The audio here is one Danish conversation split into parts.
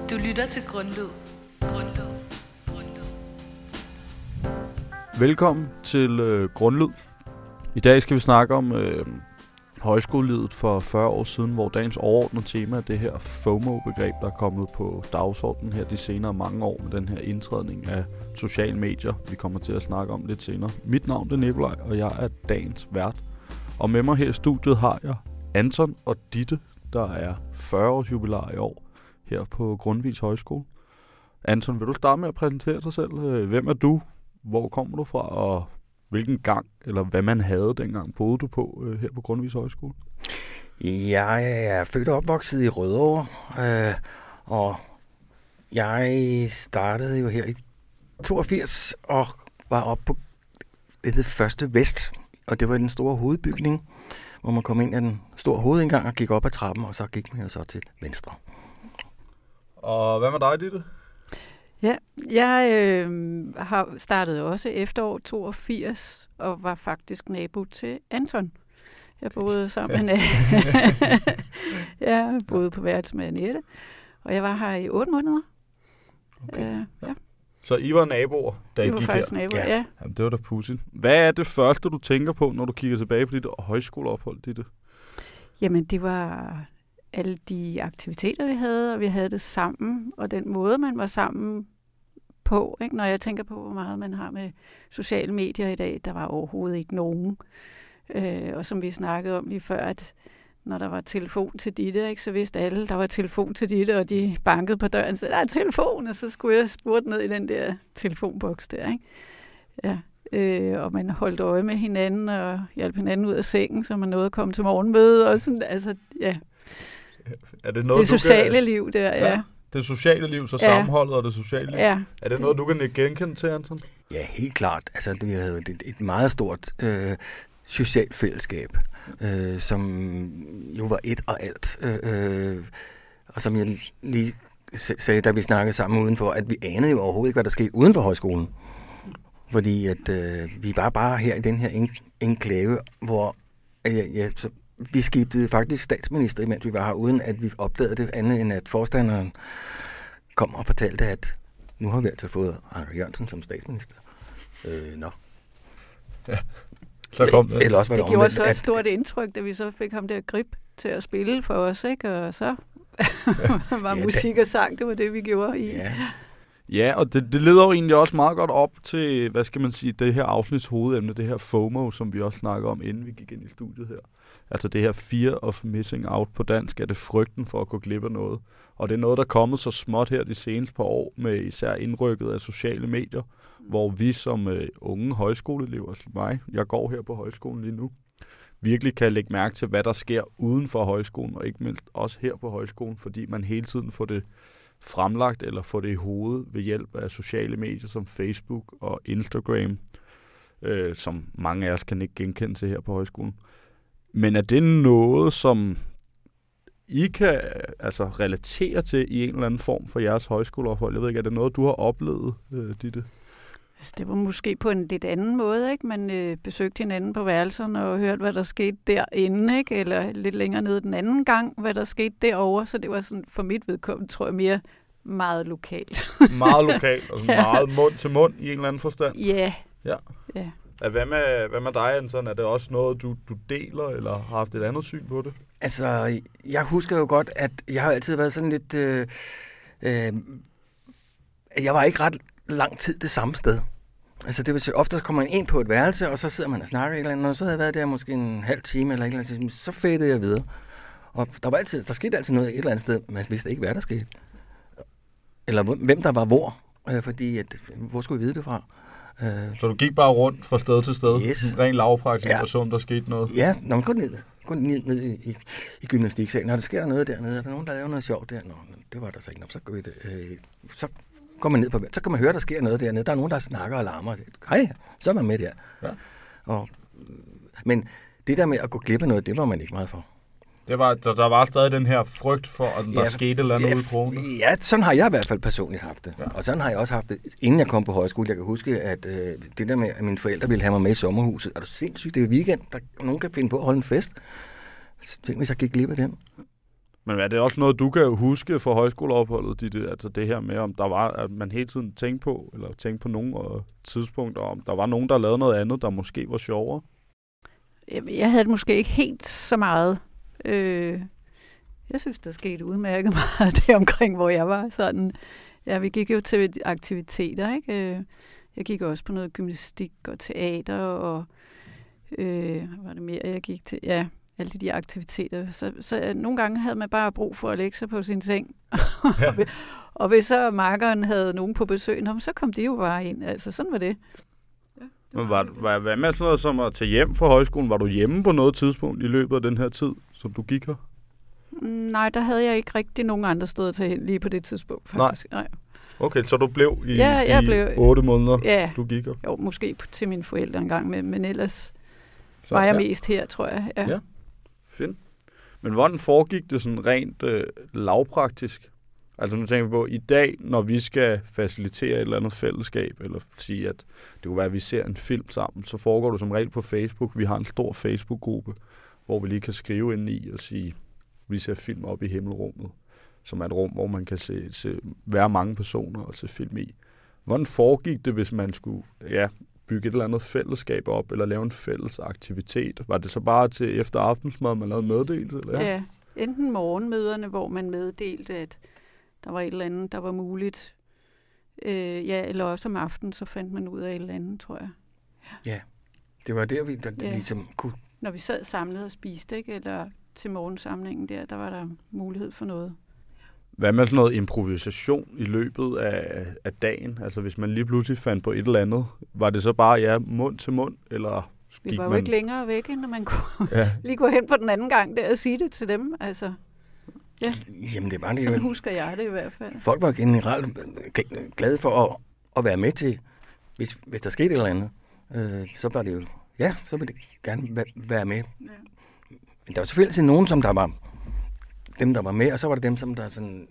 Du lytter til Grundlyd. Velkommen til Grundlyd. I dag skal vi snakke om højskolelivet for 40 år siden, hvor dagens overordnede tema er det her FOMO-begreb, der er kommet på dagsordenen her de senere mange år med den her indtrædning af sociale medier. Vi kommer til at snakke om lidt senere. Mit navn er Nikolaj, og jeg er dagens vært. Og med mig her i studiet har jeg Anton og Ditte, der er 40 års jubilæum i år her på Grundtvigs Højskole. Anton, vil du starte med at præsentere dig selv? Hvem er du? Hvor kommer du fra? Og hvilken gang, eller hvad man havde dengang, boede du på her på Grundtvigs Højskole? Jeg er født og opvokset i Rødovre, og jeg startede jo her i 82 og var oppe på det hed Første Vest, og det var den store hovedbygning, hvor man kom ind af den store hovedindgang og gik op ad trappen, og så gik man jo så til venstre. Og hvad med dig, Ditte? Ja, jeg har startet også efterår 82 og var faktisk nabo til Anton. Jeg boede sammen med jeg boede på værelse med Annette, og jeg var her i 8 måneder. Okay. Ja. Så I var naboer, da I gik her? Vi var faktisk naboer, ja. Jamen, det var da pudsigt. Hvad er det første, du tænker på, når du kigger tilbage på dit højskoleophold, Ditte? Jamen, det var alle de aktiviteter, vi havde, og vi havde det sammen, og den måde, man var sammen på, ikke? Når jeg tænker på, hvor meget man har med sociale medier i dag, der var overhovedet ikke nogen. Og som vi snakkede om lige før, at når der var telefon til Ditte, ikke, så vidste alle, der var telefon til Ditte, og de bankede på døren og sagde, der er telefon, og så skulle jeg spurte ned i den der telefonboks der, ikke? Ja. Og man holdt øje med hinanden og hjalp hinanden ud af sengen, så man nåede at komme til morgenmøde og sådan, altså, ja. Er det noget, det sociale liv der, ja. Det sociale liv, så sammenholdet og det sociale liv. Ja. Er det noget, du kan genkende til, Anton? Ja, helt klart. Altså, vi havde et meget stort socialt fællesskab, som jo var et og alt. Og som jeg lige sagde, da vi snakkede sammen udenfor, at vi anede jo overhovedet ikke, hvad der skete uden for højskolen. Fordi at vi var bare her i den her enklave, hvor vi skiftede faktisk statsminister, imens vi var her, uden at vi opdagede det andet, end at forstanderen kom og fortalte, at nu har vi altså fået Anker Jørgensen som statsminister. Ja, så kom det. Eller også var det gjorde så et stort indtryk, da vi så fik ham der grip til at spille for os, ikke? Og så var musik og sang, det var det, vi gjorde i. Ja, og det leder jo egentlig også meget godt op til, hvad skal man sige, det her afsnits hovedemne, det her FOMO, som vi også snakker om, inden vi gik ind i studiet her. Altså det her fear of missing out på dansk, er det frygten for at gå glip af noget. Og det er noget, der er kommet så småt her de seneste par år, med især indrykket af sociale medier, hvor vi som unge højskoleelever, som mig, jeg går her på højskolen lige nu, virkelig kan lægge mærke til, hvad der sker uden for højskolen, og ikke mindst også her på højskolen, fordi man hele tiden får det fremlagt eller få det i hovedet ved hjælp af sociale medier som Facebook og Instagram, som mange af os kan ikke genkende til her på højskolen. Men er det noget, som I kan relatere til i en eller anden form for jeres højskoleophold? Jeg ved ikke, er det noget, du har oplevet, Ditte? Altså, det var måske på en lidt anden måde, ikke? Man besøgte hinanden på værelserne og hørte, hvad der skete derinde, ikke? Eller lidt længere nede den anden gang, hvad der skete derovre. Så det var sådan, for mit vedkommende, tror jeg, mere meget lokalt. Meget lokalt, altså meget mund til mund i en eller anden forstand? Ja. Hvad med dig, Anton? Er det også noget, du deler, eller har haft et andet syn på det? Altså, jeg husker jo godt, at jeg har altid været sådan lidt... jeg var ikke ret lang tid det samme sted. Altså det vil sige, ofte kommer man ind på et værelse, og så sidder man og snakker et eller andet, og så havde jeg været der måske en halv time eller et eller andet, så fættede jeg videre. Og der skete altid noget et eller andet sted, man vidste ikke, hvad der skete. Eller hvem der var hvor, fordi hvor skulle vi vide det fra? Så du gik bare rundt fra sted til sted? Yes. Ren lavpraktisk, og så der skete noget? Ja, når man går ned i gymnastiksalen, når der sker noget dernede, er der nogen, der laver noget sjovt der? Nå, det var der så ikke. Så går vi så går man ned på, så kan man høre, der sker noget dernede. Der er nogen, der snakker og larmer. Hej, så er man med der. Ja. Men det der med at gå glip af noget, det var man ikke meget for. Der var stadig den her frygt for, at der skete et eller andet ude i krogene. Ja, sådan har jeg i hvert fald personligt haft det. Ja. Og sådan har jeg også haft det, inden jeg kom på højskole. Jeg kan huske, at det der med, at mine forældre ville have mig med i sommerhuset. Er du sindssygt, det er weekend, der nogen kan finde på at holde en fest. Tænk, hvis jeg gik glip af den. Men er det også noget, du kan huske fra højskoleopholdet, altså det her med, om der var, at man hele tiden tænkte på nogle tidspunkter, om der var nogen, der lavede noget andet, der måske var sjovere? Jeg havde det måske ikke helt så meget. Jeg synes, der skete udmærket meget det omkring, hvor jeg var. Sådan. Ja, vi gik jo til aktiviteter, ikke? Jeg gik også på noget gymnastik og teater, og hvad var det mere, jeg gik til? Ja, alle de aktiviteter. Så nogle gange havde man bare brug for at lægge sig på sin seng. Ja. Og hvis så makkeren havde nogen på besøg, så kom de jo bare ind. Altså, sådan var det. Ja, men hvad med sådan noget som at tage hjem fra højskolen? Var du hjemme på noget tidspunkt i løbet af den her tid, som du gik her? Nej, der havde jeg ikke rigtig nogen andre steder at tage hen lige på det tidspunkt, faktisk. Nej. Okay, så du blev i 8 måneder, du gik her? Jo, måske til mine forældre en gang med, men ellers så, var jeg mest her, tror jeg. Ja, fint. Men hvordan foregik det sådan rent lavpraktisk? Altså nu tænker vi på, i dag, når vi skal facilitere et eller andet fællesskab, eller sige, at det kunne være, at vi ser en film sammen, så foregår det som regel på Facebook. Vi har en stor Facebook-gruppe, hvor vi lige kan skrive ind i og sige, vi ser film op i himmelrummet, som er et rum, hvor man kan være mange personer og se film i. Hvordan foregik det, hvis man skulle bygge et eller andet fællesskab op, eller lave en fælles aktivitet? Var det så bare til efter aftensmad, man lavede meddelelse? Eller? Ja, enten morgenmøderne, hvor man meddelte, at der var et eller andet, der var muligt. Eller også om aftenen, så fandt man ud af et eller andet, tror jeg. Ja, det var der, vi ligesom kunne... Når vi sad samlet og spiste, ikke? Eller til morgensamlingen der var der mulighed for noget. Hvad med sådan noget improvisation i løbet af dagen? Altså hvis man lige pludselig fandt på et eller andet, var det så bare mund til mund, eller vi var jo ikke længere væk, end man kunne lige gå hen på den anden gang der og sige det til dem. Altså, ja. Jamen det var det. Sådan husker jeg det i hvert fald. Folk var generelt glade for at være med til, hvis der skete et eller andet. Så var det jo, så ville det gerne være med. Ja. Men der var selvfølgelig nogen, som der var dem, der var med, og så var det dem, som der sådan...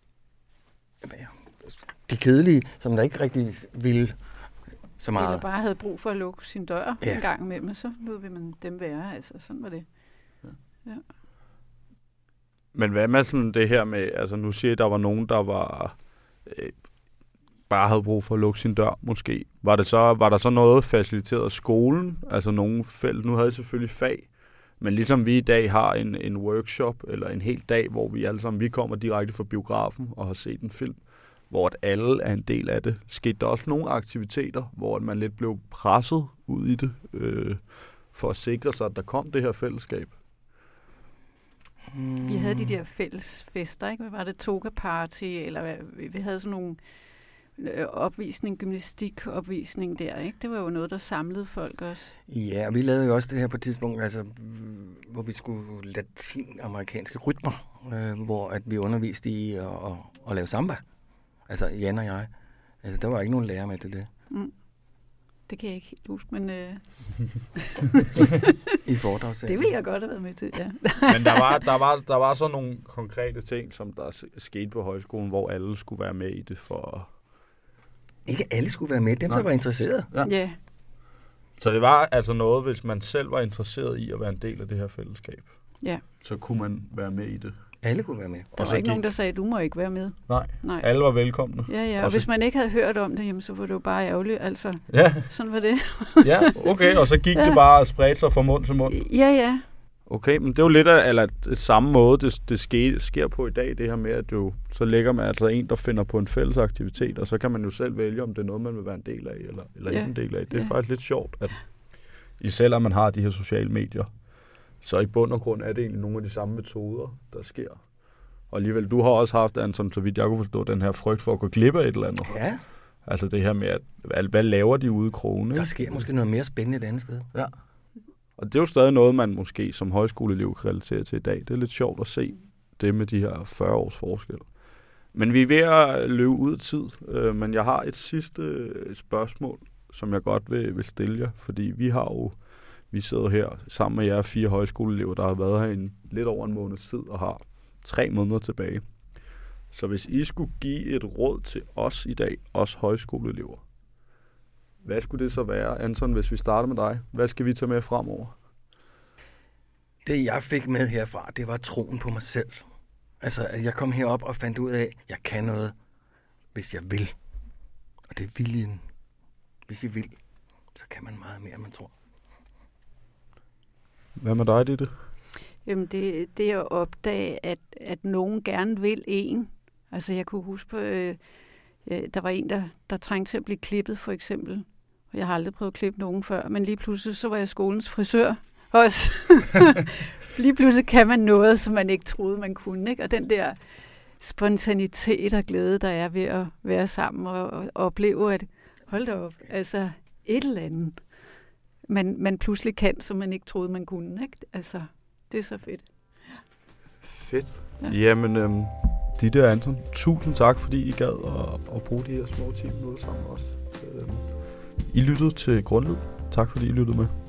De kedelige, som der ikke rigtig ville så meget. Eller bare havde brug for at lukke sin dør en gang imellem, så lod vi man dem være. Altså, sådan var det. Ja. Men hvad med sådan det her med... Altså, nu siger jeg, der var nogen, der var... bare havde brug for at lukke sin dør, måske. Var der så noget faciliteret af skolen? Altså, nogle felt... Nu havde jeg selvfølgelig fag, men ligesom vi i dag har en workshop, eller en hel dag, hvor vi alle sammen, vi kommer direkte fra biografen og har set en film, hvor at alle er en del af det. Skete der også nogle aktiviteter, hvor man lidt blev presset ud i det, for at sikre sig, at der kom det her fællesskab? Vi havde de der fælles fester, ikke? Hvad var det? Toga-party, eller vi havde sådan nogle gymnastikopvisning der, ikke? Det var jo noget, der samlede folk også. Ja, og vi lavede jo også det her på et tidspunkt, altså, hvor vi skulle latinamerikanske rytmer, hvor at vi underviste i at lave samba. Altså Jan og jeg. Altså, der var ikke nogen lærer med til det. Det kan jeg ikke helt huske, men... I foredragssagen. Det ville jeg godt have været med til, ja. Men der var så nogle konkrete ting, som der skete på højskolen, hvor alle skulle være med i det for... Ikke alle skulle være med, dem der var interesseret. Ja. Så det var altså noget, hvis man selv var interesseret i at være en del af det her fællesskab. Ja. Så kunne man være med i det. Alle kunne være med. Der var ikke nogen, der sagde, du må ikke være med. Nej. Alle var velkomne. Ja, og hvis man ikke havde hørt om det, jamen, så var det jo bare ærgerligt. Altså, sådan var det. Ja, okay, og så gik det bare og spredte sig fra mund til mund. Ja. Okay, men det er jo lidt af det samme måde, det sker på i dag, det her med, at så lægger man altså en, der finder på en fælles aktivitet, og så kan man jo selv vælge, om det er noget, man vil være en del af, eller ikke en del af. Det er faktisk lidt sjovt, at især når man har de her sociale medier, så i bund og grund er det egentlig nogle af de samme metoder, der sker. Og alligevel, du har også haft, Anton, så vidt jeg kunne forstå, den her frygt for at gå glip af et eller andet. Ja. Altså det her med, at hvad laver de ude i krogene? Der sker måske noget mere spændende et andet sted. Ja. Og det er jo stadig noget, man måske som højskoleelev kan relatere til i dag. Det er lidt sjovt at se det med de her 40 års forskel. Men vi er ved at løbe ud af tid, men jeg har et sidste spørgsmål, som jeg godt vil stille jer, fordi vi sidder her sammen med jer 4 højskoleelever, der har været her i lidt over en måneds tid og har 3 måneder tilbage. Så hvis I skulle give et råd til os i dag, os højskoleelever, hvad skulle det så være, Anton, hvis vi starter med dig? Hvad skal vi tage med fremover? Det, jeg fik med herfra, det var troen på mig selv. Altså, at jeg kom herop og fandt ud af, at jeg kan noget, hvis jeg vil. Og det er viljen. Hvis I vil, så kan man meget mere, end man tror. Hvad med dig, Ditte? Jamen, det at opdage, at nogen gerne vil en. Altså, jeg kunne huske på, der var en, der trængte til at blive klippet, for eksempel. Jeg har aldrig prøvet at klippe nogen før, men lige pludselig, så var jeg skolens frisør også. Lige pludselig kan man noget, som man ikke troede, man kunne. Ikke? Og den der spontanitet og glæde, der er ved at være sammen og opleve, at hold da op, altså et eller andet, man pludselig kan, som man ikke troede, man kunne. Ikke? Altså, det er så fedt. Fedt. Ja. Jamen, Ditte og Anton, tusind tak, fordi I gad at bruge de her små 10 minutter sammen med os. I lyttede til Grundlyd. Tak fordi I lyttede med.